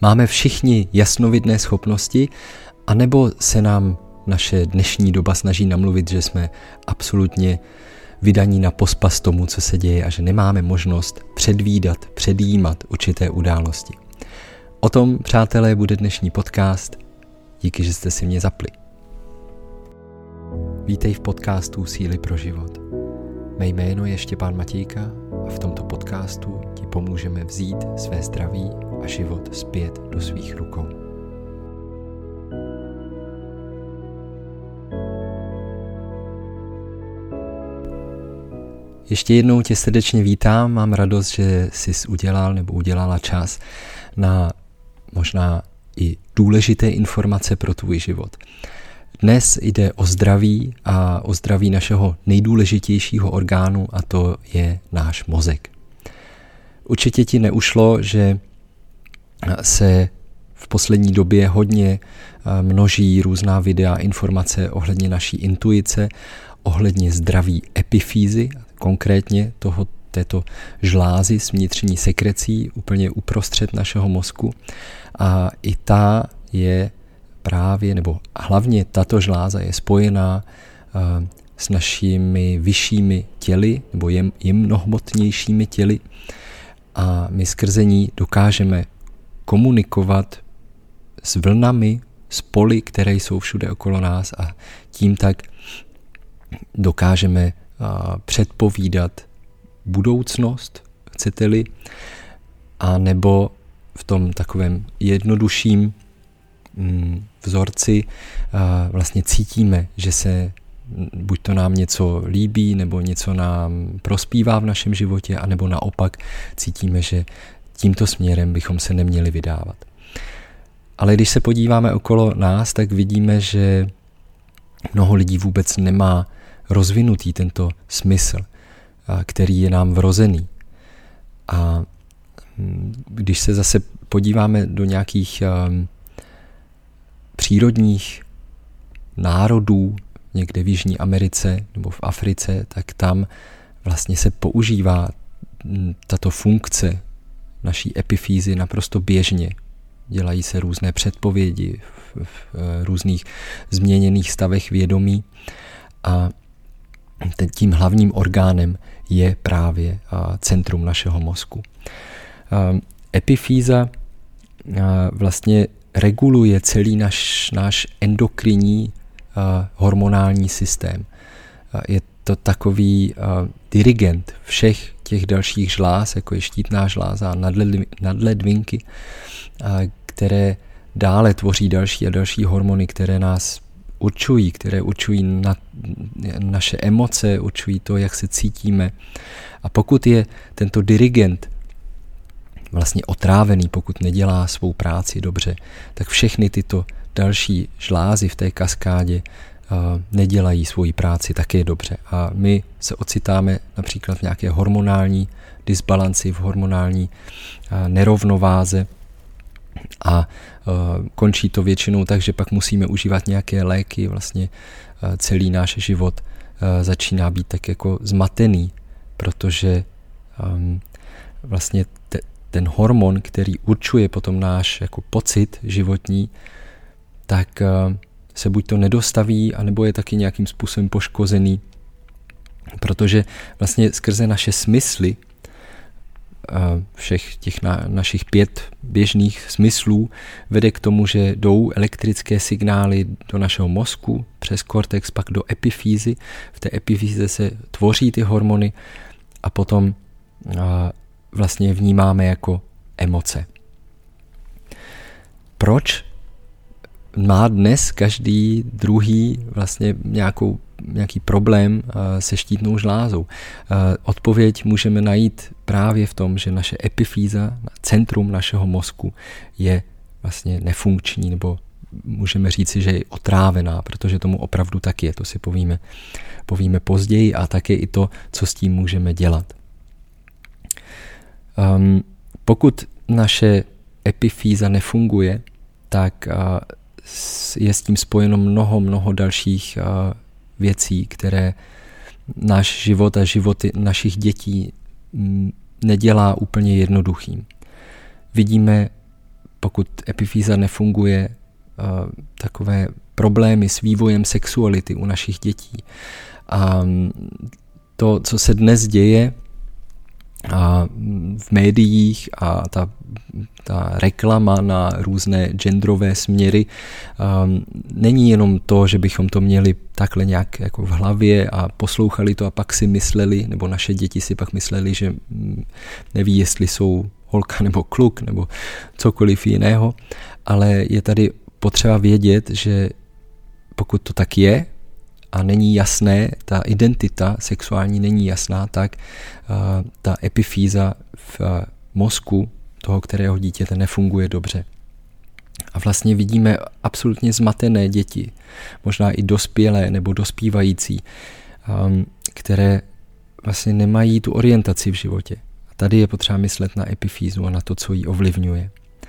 Máme všichni jasnovidné schopnosti, anebo se nám naše dnešní doba snaží namluvit, že jsme absolutně vydaní na pospas tomu, co se děje a že nemáme možnost předvídat, předjímat určité události. O tom, přátelé, bude dnešní podcast. Díky, že jste si mě zapli. Vítej v podcastu Síly pro život. Mé jméno je Štěpán Matějka a v tomto podcastu ti pomůžeme vzít své zdraví a život zpět do svých rukou. Ještě jednou tě srdečně vítám, mám radost, že jsi udělal nebo udělala čas na možná i důležité informace pro tvůj život. Dnes jde o zdraví a o zdraví našeho nejdůležitějšího orgánu a to je náš mozek. Určitě ti neušlo, že se v poslední době hodně množí různá videa, informace ohledně naší intuice, ohledně zdraví epifýzy, konkrétně této žlázy s vnitřní sekrecí úplně uprostřed našeho mozku. A i ta je právě, nebo hlavně tato žláza je spojená s našimi vyššími těly, nebo jemnohmotnějšími těly a my skrze ní dokážeme komunikovat s vlnami, s poly, které jsou všude okolo nás a tím tak dokážeme předpovídat budoucnost, chcete-li, a nebo v tom takovém jednodušším vzorci vlastně cítíme, že se buď to nám něco líbí, nebo něco nám prospívá v našem životě, anebo naopak cítíme, že tímto směrem bychom se neměli vydávat. Ale když se podíváme okolo nás, tak vidíme, že mnoho lidí vůbec nemá rozvinutý tento smysl, který je nám vrozený. A když se zase podíváme do nějakých přírodních národů, někde v Jižní Americe nebo v Africe, tak tam vlastně se používá tato funkce naší epifýzy naprosto běžně. Dělají se různé předpovědi v různých změněných stavech vědomí a tím hlavním orgánem je právě centrum našeho mozku. Epifýza vlastně reguluje celý náš endokrinní hormonální systém. Je to takový dirigent všech těch dalších žláz, jako je štítná žláza a nadledvinky, které dále tvoří další a další hormony, které nás určují, které určují naše emoce, určují to, jak se cítíme. A pokud je tento dirigent vlastně otrávený, pokud nedělá svou práci dobře, tak všechny tyto další žlázy v té kaskádě nedělají svoji práci také dobře. A my se ocitáme například v nějaké hormonální disbalanci, v hormonální nerovnováze a končí to většinou tak, že pak musíme užívat nějaké léky, vlastně celý náš život začíná být tak jako zmatený, protože vlastně ten hormon, který určuje potom náš jako pocit životní, tak se buď to nedostaví, anebo je taky nějakým způsobem poškozený, protože vlastně skrze naše smysly, všech těch našich 5 běžných smyslů vede k tomu, že jdou elektrické signály do našeho mozku, přes kortex, pak do epifýzy. V té epifýze se tvoří ty hormony a potom vlastně vnímáme jako emoce. Proč má dnes každý druhý vlastně nějaký problém se štítnou žlázou? Odpověď můžeme najít právě v tom, že naše epifýza, centrum našeho mozku, je vlastně nefunkční, nebo můžeme říci, že je otrávená, protože tomu opravdu tak je. To si povíme později a také i to, co s tím můžeme dělat. Pokud naše epifýza nefunguje, tak je s tím spojeno mnoho dalších věcí, které náš život a životy našich dětí nedělá úplně jednoduchým. Vidíme pokud epifýza nefunguje, takové problémy s vývojem sexuality u našich dětí. A to, co se dnes děje v médiích a ta reklama na různé genderové směry, není jenom to, že bychom to měli takhle nějak jako v hlavě a poslouchali to a pak si mysleli, nebo naše děti si pak mysleli, že neví, jestli jsou holka nebo kluk nebo cokoliv jiného, ale je tady potřeba vědět, že pokud to tak je a není jasné, ta identita sexuální není jasná, tak ta epifýza v mozku toho, kterého dítěte nefunguje dobře. A vlastně vidíme absolutně zmatené děti, možná i dospělé nebo dospívající, které vlastně nemají tu orientaci v životě. A tady je potřeba myslet na epifýzu a na to, co ji ovlivňuje.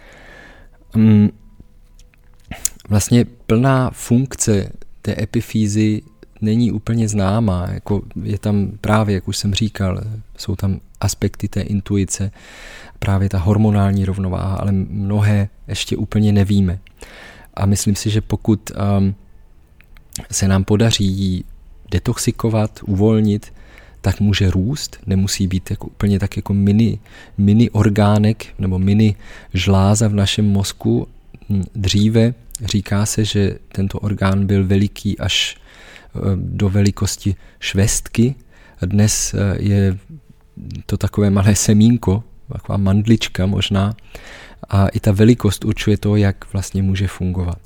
Vlastně plná funkce té epifýzy není úplně známá, jako je tam právě, jak už jsem říkal, jsou tam aspekty té intuice, právě ta hormonální rovnováha, ale mnohé ještě úplně nevíme. A myslím si, že pokud se nám podaří ji detoxikovat, uvolnit, tak může růst, nemusí být jako úplně tak jako mini orgánek nebo mini žláza v našem mozku. Dříve říká se, že tento orgán byl veliký až do velikosti švestky. Dnes je to takové malé semínko, taková mandlička možná, a i ta velikost určuje to, jak vlastně může fungovat.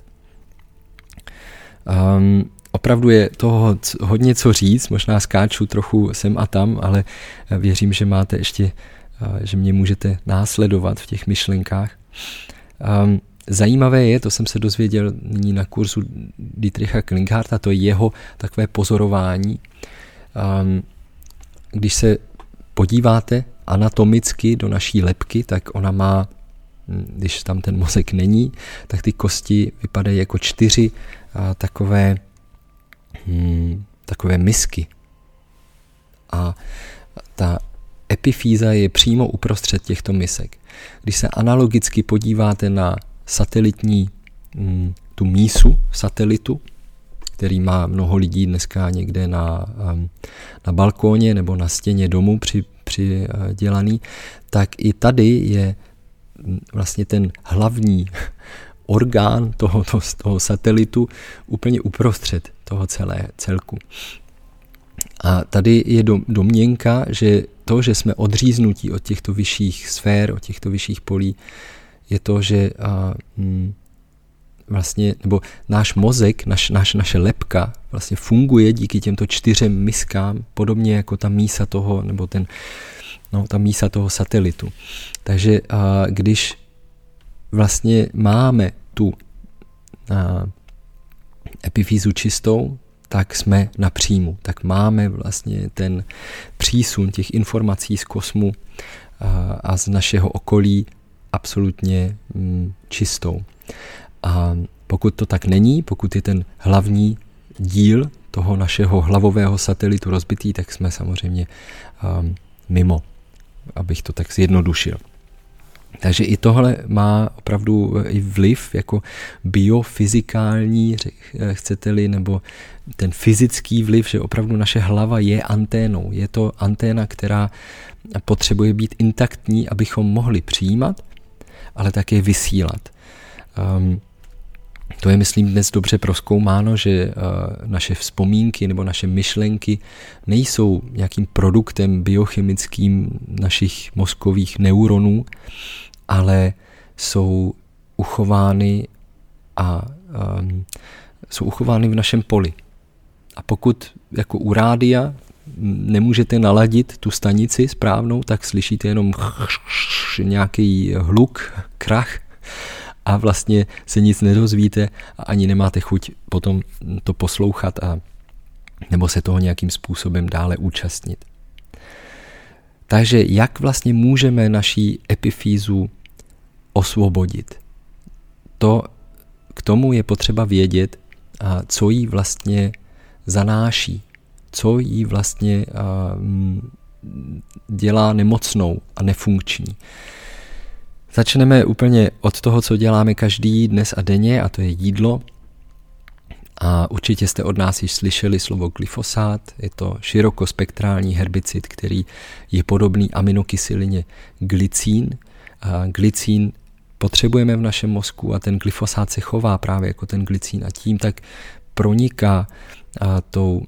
Opravdu je toho hodně co říct, možná skáču trochu sem a tam, ale věřím, že máte ještě, že mě můžete následovat v těch myšlenkách. Zajímavé je, to jsem se dozvěděl nyní na kurzu Dietricha Klingharta, to je jeho takové pozorování. Když se podíváte anatomicky do naší lebky, tak ona má, když tam ten mozek není, tak ty kosti vypadají jako 4 takové misky. A ta epifýza je přímo uprostřed těchto misek. Když se analogicky podíváte na satelitní, tu mísu satelitu, který má mnoho lidí dneska někde na balkóně nebo na stěně domu přidělaný, tak i tady je vlastně ten hlavní orgán toho satelitu úplně uprostřed toho celku. A tady je domněnka, že to, že jsme odříznutí od těchto vyšších sfér, od těchto vyšších polí, je to, že vlastně, nebo náš mozek, naše lebka vlastně funguje díky těmto 4 miskám, podobně jako ta mísa toho, nebo ta mísa toho satelitu. Takže když vlastně máme tu epifýzu čistou, tak jsme na příjmu, tak máme vlastně ten přísun těch informací z kosmu a z našeho okolí absolutně čistou. A pokud to tak není, pokud je ten hlavní díl toho našeho hlavového satelitu rozbitý, tak jsme samozřejmě mimo, abych to tak zjednodušil. Takže i tohle má opravdu i vliv jako biofyzikální, chcete-li, nebo ten fyzický vliv, že opravdu naše hlava je anténou. Je to anténa, která potřebuje být intaktní, abychom mohli přijímat, ale také vysílat. To je, myslím, dnes dobře prozkoumáno, že naše vzpomínky nebo naše myšlenky nejsou nějakým produktem biochemickým našich mozkových neuronů, ale jsou uchovány v našem poli. A pokud jako u rádia nemůžete naladit tu stanici správnou, tak slyšíte jenom nějaký hluk, krach a vlastně se nic nedozvíte a ani nemáte chuť potom to poslouchat nebo se toho nějakým způsobem dále účastnit. Takže jak vlastně můžeme naší epifýzu osvobodit? K tomu je potřeba vědět, co jí vlastně zanáší, co jí vlastně dělá nemocnou a nefunkční. Začneme úplně od toho, co děláme každý dnes a denně, a to je jídlo. A určitě jste od nás již slyšeli slovo glyfosát. Je to širokospektrální herbicid, který je podobný aminokysylině glycín. A glycín potřebujeme v našem mozku a ten glyfosát se chová právě jako ten glycín a tím tak proniká tou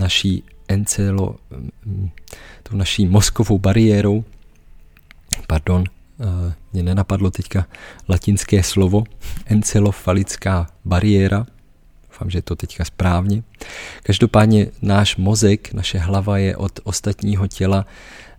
naší mozkovou bariérou. Pardon, mě nenapadlo teďka latinské slovo, encelofalická bariéra. Doufám, že je to teďka správně. Každopádně náš mozek, naše hlava je od ostatního těla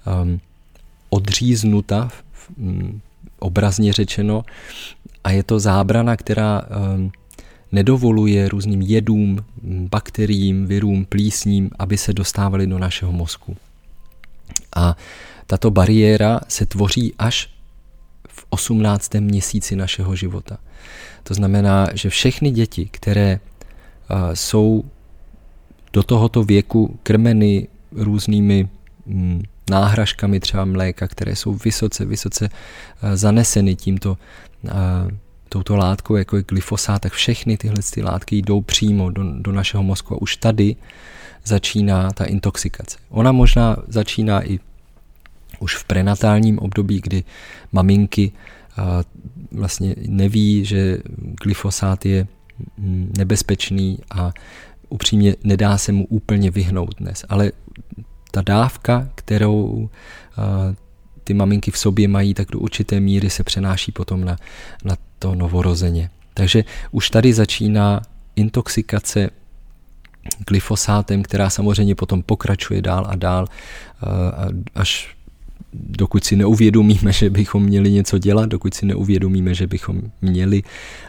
odříznuta, obrazně řečeno, a je to zábrana, která nedovoluje různým jedům, bakteriím, virům, plísním, aby se dostávaly do našeho mozku. A tato bariéra se tvoří až v 18. měsíci našeho života. To znamená, že všechny děti, které jsou do tohoto věku krmeny různými náhražkami třeba mléka, které jsou vysoce zaneseny touto látkou, jako je glyfosát, tak všechny tyhle látky jdou přímo do našeho mozku a už tady začíná ta intoxikace. Ona možná začíná i už v prenatálním období, kdy maminky vlastně neví, že glyfosát je nebezpečný a upřímně nedá se mu úplně vyhnout dnes. Ale ta dávka, kterou ty maminky v sobě mají, tak do určité míry se přenáší potom na to novorozeně. Takže už tady začíná intoxikace glyfosátem, která samozřejmě potom pokračuje dál a dál, až dokud si neuvědomíme, že bychom měli něco dělat, dokud si neuvědomíme, že bychom měli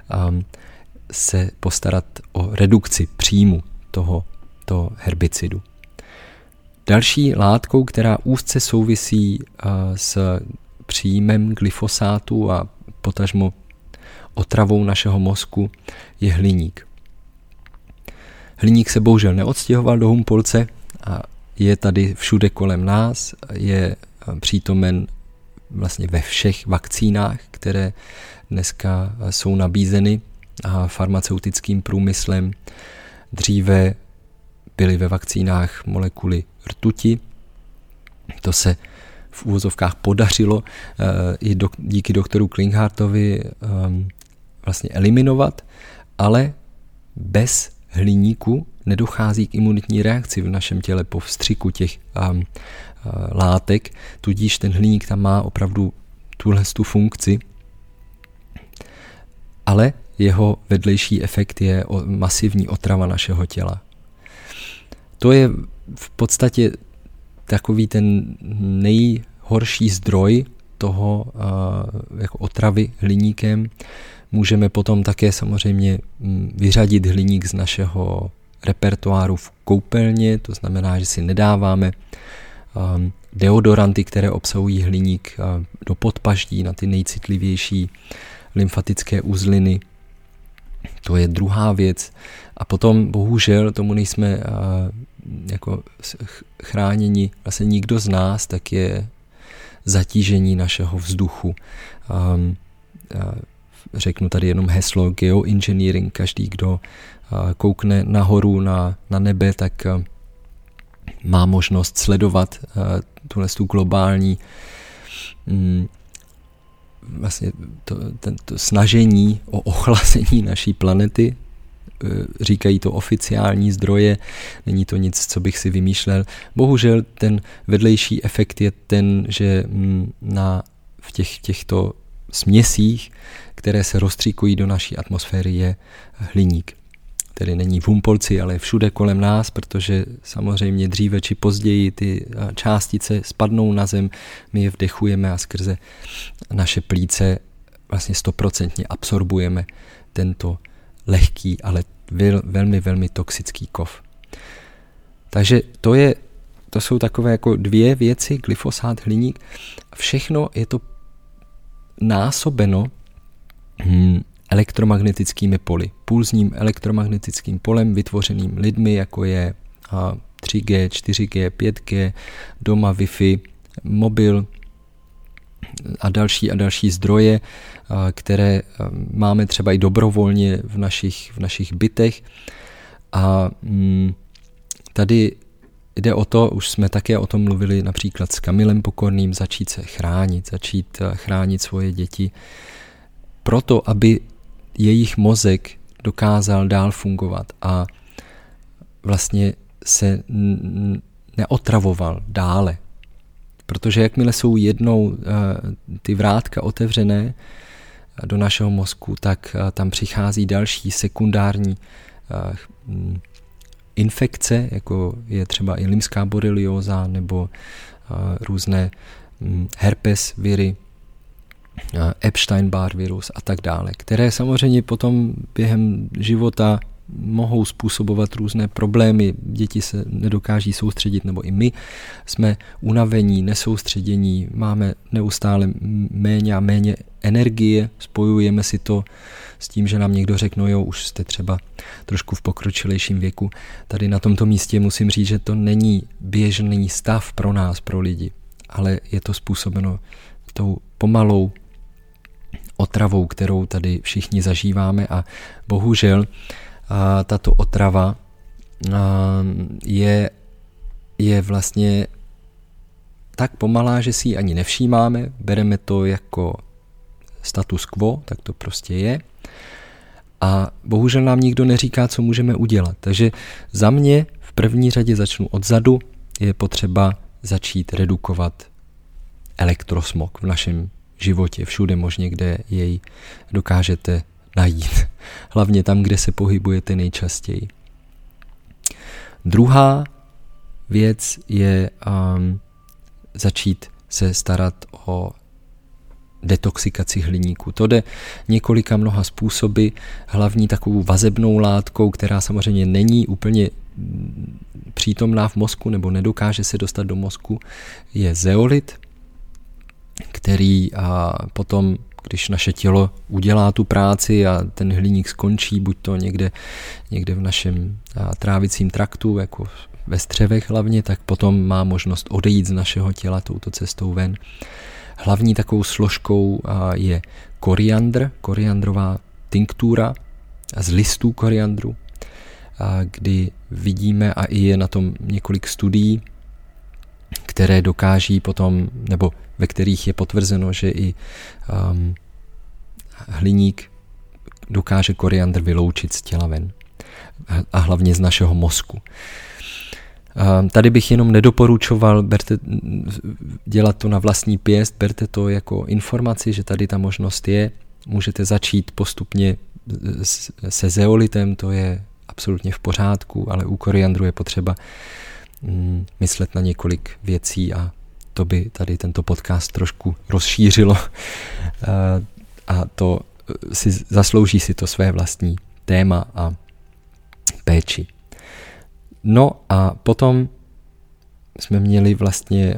se postarat o redukci příjmu tohoto herbicidu. Další látkou, která úzce souvisí s příjmem glyfosátu a potažmo otravou našeho mozku, je hliník. Hliník se bohužel neodstěhoval do Humpolce a je tady všude kolem nás, je přítomen vlastně ve všech vakcínách, které dneska jsou nabízeny farmaceutickým průmyslem. Dříve byly ve vakcínách molekuly rtuti. To se v uvozovkách podařilo i díky doktoru Klinghartovi vlastně eliminovat, ale bez hliníku nedochází k imunitní reakci v našem těle po vstřiku těch látek, tudíž ten hliník tam má opravdu tu funkci, ale jeho vedlejší efekt je masivní otrava našeho těla. To je v podstatě takový ten nejhorší zdroj toho jako otravy hliníkem. Můžeme potom také samozřejmě vyřadit hliník z našeho repertoáru v koupelně, to znamená, že si nedáváme deodoranty, které obsahují hliník do podpaždí na ty nejcitlivější lymfatické uzliny. To je druhá věc. A potom bohužel tomu nejsme jako chráněni vlastně nikdo z nás, tak je zatížení našeho vzduchu. Řeknu tady jenom heslo geoengineering. Každý, kdo koukne nahoru na nebe, tak má možnost sledovat tu globální vlastně to snažení o ochlazení naší planety. Říkají to oficiální zdroje, není to nic, co bych si vymýšlel. Bohužel ten vedlejší efekt je ten, že v těchto směsích, které se rozstříkují do naší atmosféry, je hliník. Tedy není v Humpolci, ale všude kolem nás, protože samozřejmě dříve či později ty částice spadnou na zem, my je vdechujeme a skrze naše plíce vlastně 100% absorbujeme tento lehký, ale velmi, velmi toxický kov. Takže to jsou takové jako dvě věci, glyfosát, hliník. Všechno je to násobeno elektromagnetickými poli. Pulzním elektromagnetickým polem vytvořeným lidmi, jako je 3G, 4G, 5G, doma Wi-Fi, mobil, a další zdroje, které máme třeba i dobrovolně v našich bytech. A tady jde o to, už jsme také o tom mluvili například s Kamilem Pokorným, začít se chránit svoje děti, proto, aby jejich mozek dokázal dál fungovat a vlastně se neotravoval dále. Protože jakmile jsou jednou ty vrátka otevřené do našeho mozku, tak tam přichází další sekundární infekce, jako je třeba i limská borelióza nebo různé herpes viry, Epstein-Barr virus a tak dále, které samozřejmě potom během života mohou způsobovat různé problémy. Děti se nedokáží soustředit, nebo i my jsme unavení, nesoustředění, máme neustále méně a méně energie, spojujeme si to s tím, že nám někdo řekne, no jo, už jste třeba trošku v pokročilejším věku. Tady na tomto místě musím říct, že to není běžný stav pro nás, pro lidi, ale je to způsobeno tou pomalou otravou, kterou tady všichni zažíváme a bohužel tato otrava je vlastně tak pomalá, že si ji ani nevšímáme, bereme to jako status quo, tak to prostě je. A bohužel nám nikdo neříká, co můžeme udělat. Takže za mě v první řadě začnu odzadu, je potřeba začít redukovat elektrosmog v našem životě, všude možně, kde jej dokážete najít. Hlavně tam, kde se pohybujete nejčastěji. Druhá věc je začít se starat o detoxikaci hliníku. To jde několika mnoha způsoby. Hlavní takovou vazebnou látkou, která samozřejmě není úplně přítomná v mozku nebo nedokáže se dostat do mozku, je zeolit, který potom, když naše tělo udělá tu práci a ten hliník skončí, buď to někde v našem trávicím traktu, jako ve střevech hlavně, tak potom má možnost odejít z našeho těla touto cestou ven. Hlavní takovou složkou je koriandr, koriandrová tinktura z listů koriandru, kdy vidíme, a i je na tom několik studií, které dokáží potom, nebo ve kterých je potvrzeno, že i hliník dokáže koriandr vyloučit z těla ven a hlavně z našeho mozku. Tady bych jenom nedoporučoval dělat to na vlastní pěst, berte to jako informaci, že tady ta možnost je. Můžete začít postupně se zeolitem, to je absolutně v pořádku, ale u koriandru je potřeba myslet na několik věcí a to by tady tento podcast trošku rozšířilo a to zaslouží si to své vlastní téma a péči. No a potom jsme měli vlastně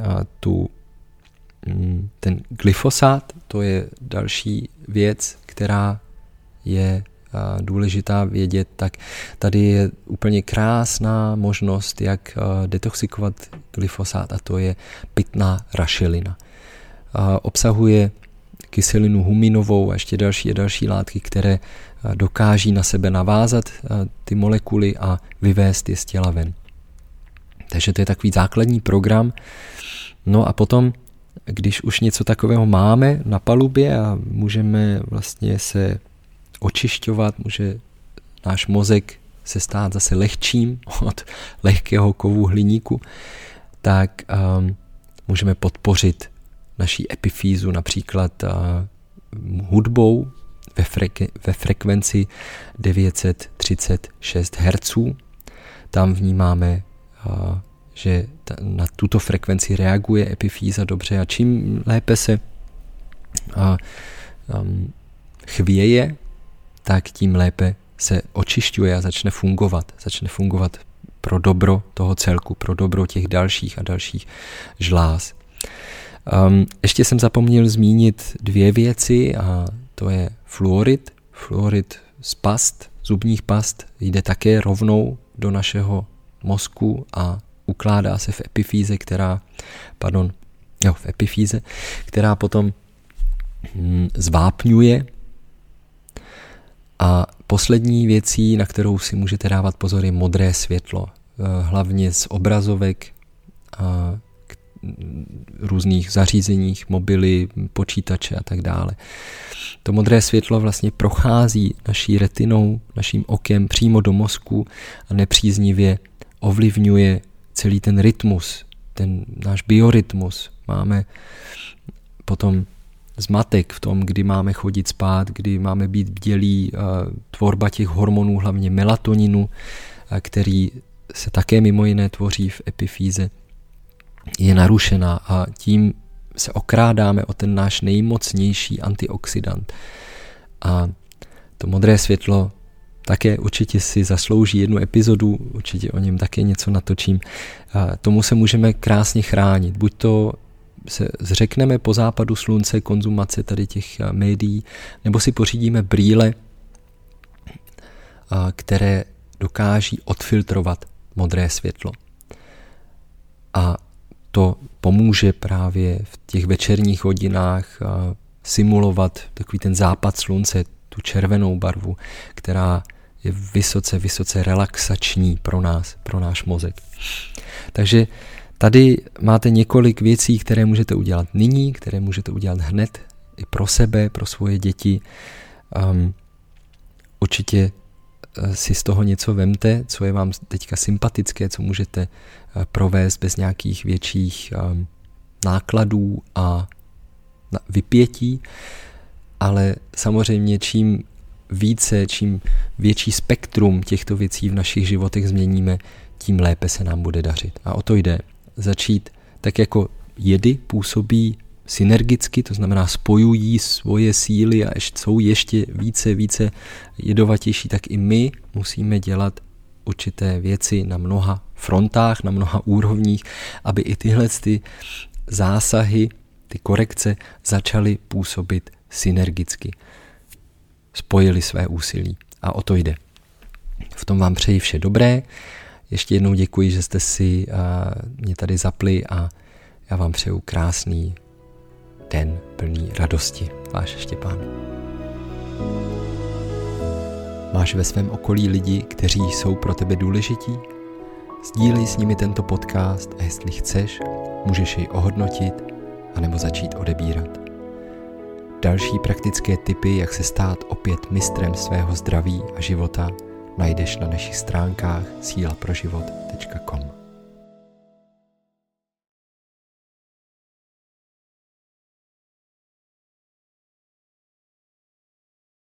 ten glyfosát, to je další věc, která je důležitá vědět, tak tady je úplně krásná možnost, jak detoxikovat glyfosát, a to je pitná rašelina. Obsahuje kyselinu huminovou a ještě další látky, které dokáží na sebe navázat ty molekuly a vyvést je z těla ven. Takže to je takový základní program. No a potom, když už něco takového máme na palubě a můžeme vlastně se očišťovat, může náš mozek se stát zase lehčím od lehkého kovu hliníku, tak můžeme podpořit naší epifýzu například hudbou ve frekvenci 936 Hz. Tam vnímáme, že na tuto frekvenci reaguje epifýza dobře a čím lépe se chvěje, tak tím lépe se očišťuje a začne fungovat pro dobro toho celku, pro dobro těch dalších a dalších žláz. Ještě jsem zapomněl zmínit dvě věci a to je fluorid. Fluorid z past, zubních past, jde také rovnou do našeho mozku a ukládá se v epifýze, v epifýze, která potom zvápňuje. A poslední věcí, na kterou si můžete dávat pozor, je modré světlo. Hlavně z obrazovek a různých zařízeních, mobily, počítače a tak dále. To modré světlo vlastně prochází naší retinou, naším okem přímo do mozku a nepříznivě ovlivňuje celý ten rytmus, ten náš biorytmus. Máme potom zmatek v tom, kdy máme chodit spát, kdy máme být bdělí, tvorba těch hormonů, hlavně melatoninu, který se také mimo jiné tvoří v epifýze, je narušená a tím se okrádáme o ten náš nejmocnější antioxidant. A to modré světlo také určitě si zaslouží jednu epizodu, určitě o něm také něco natočím. A tomu se můžeme krásně chránit. Buď to se zřekneme po západu slunce konzumace tady těch médií, nebo si pořídíme brýle, které dokáží odfiltrovat modré světlo. A to pomůže právě v těch večerních hodinách simulovat takový ten západ slunce, tu červenou barvu, která je vysoce relaxační pro nás, pro náš mozek. Takže tady máte několik věcí, které můžete udělat nyní, které můžete udělat hned i pro sebe, pro svoje děti. Určitě si z toho něco vemte, co je vám teďka sympatické, co můžete provést bez nějakých větších nákladů a vypětí, ale samozřejmě čím větší spektrum těchto věcí v našich životech změníme, tím lépe se nám bude dařit. A o to jde. Začít tak jako jedy působí synergicky, to znamená spojují svoje síly a jsou ještě více jedovatější, tak i my musíme dělat určité věci na mnoha frontách, na mnoha úrovních, aby i tyhle zásahy, ty korekce začaly působit synergicky. Spojili své úsilí. A o to jde. V tom vám přeji vše dobré. Ještě jednou děkuji, že jste si mě tady zapli a já vám přeju krásný den plný radosti. Váš Štěpán. Máš ve svém okolí lidi, kteří jsou pro tebe důležití? Sdílej s nimi tento podcast a jestli chceš, můžeš jej ohodnotit anebo začít odebírat. Další praktické tipy, jak se stát opět mistrem svého zdraví a života, najdeš na našich stránkách silaproživot.com.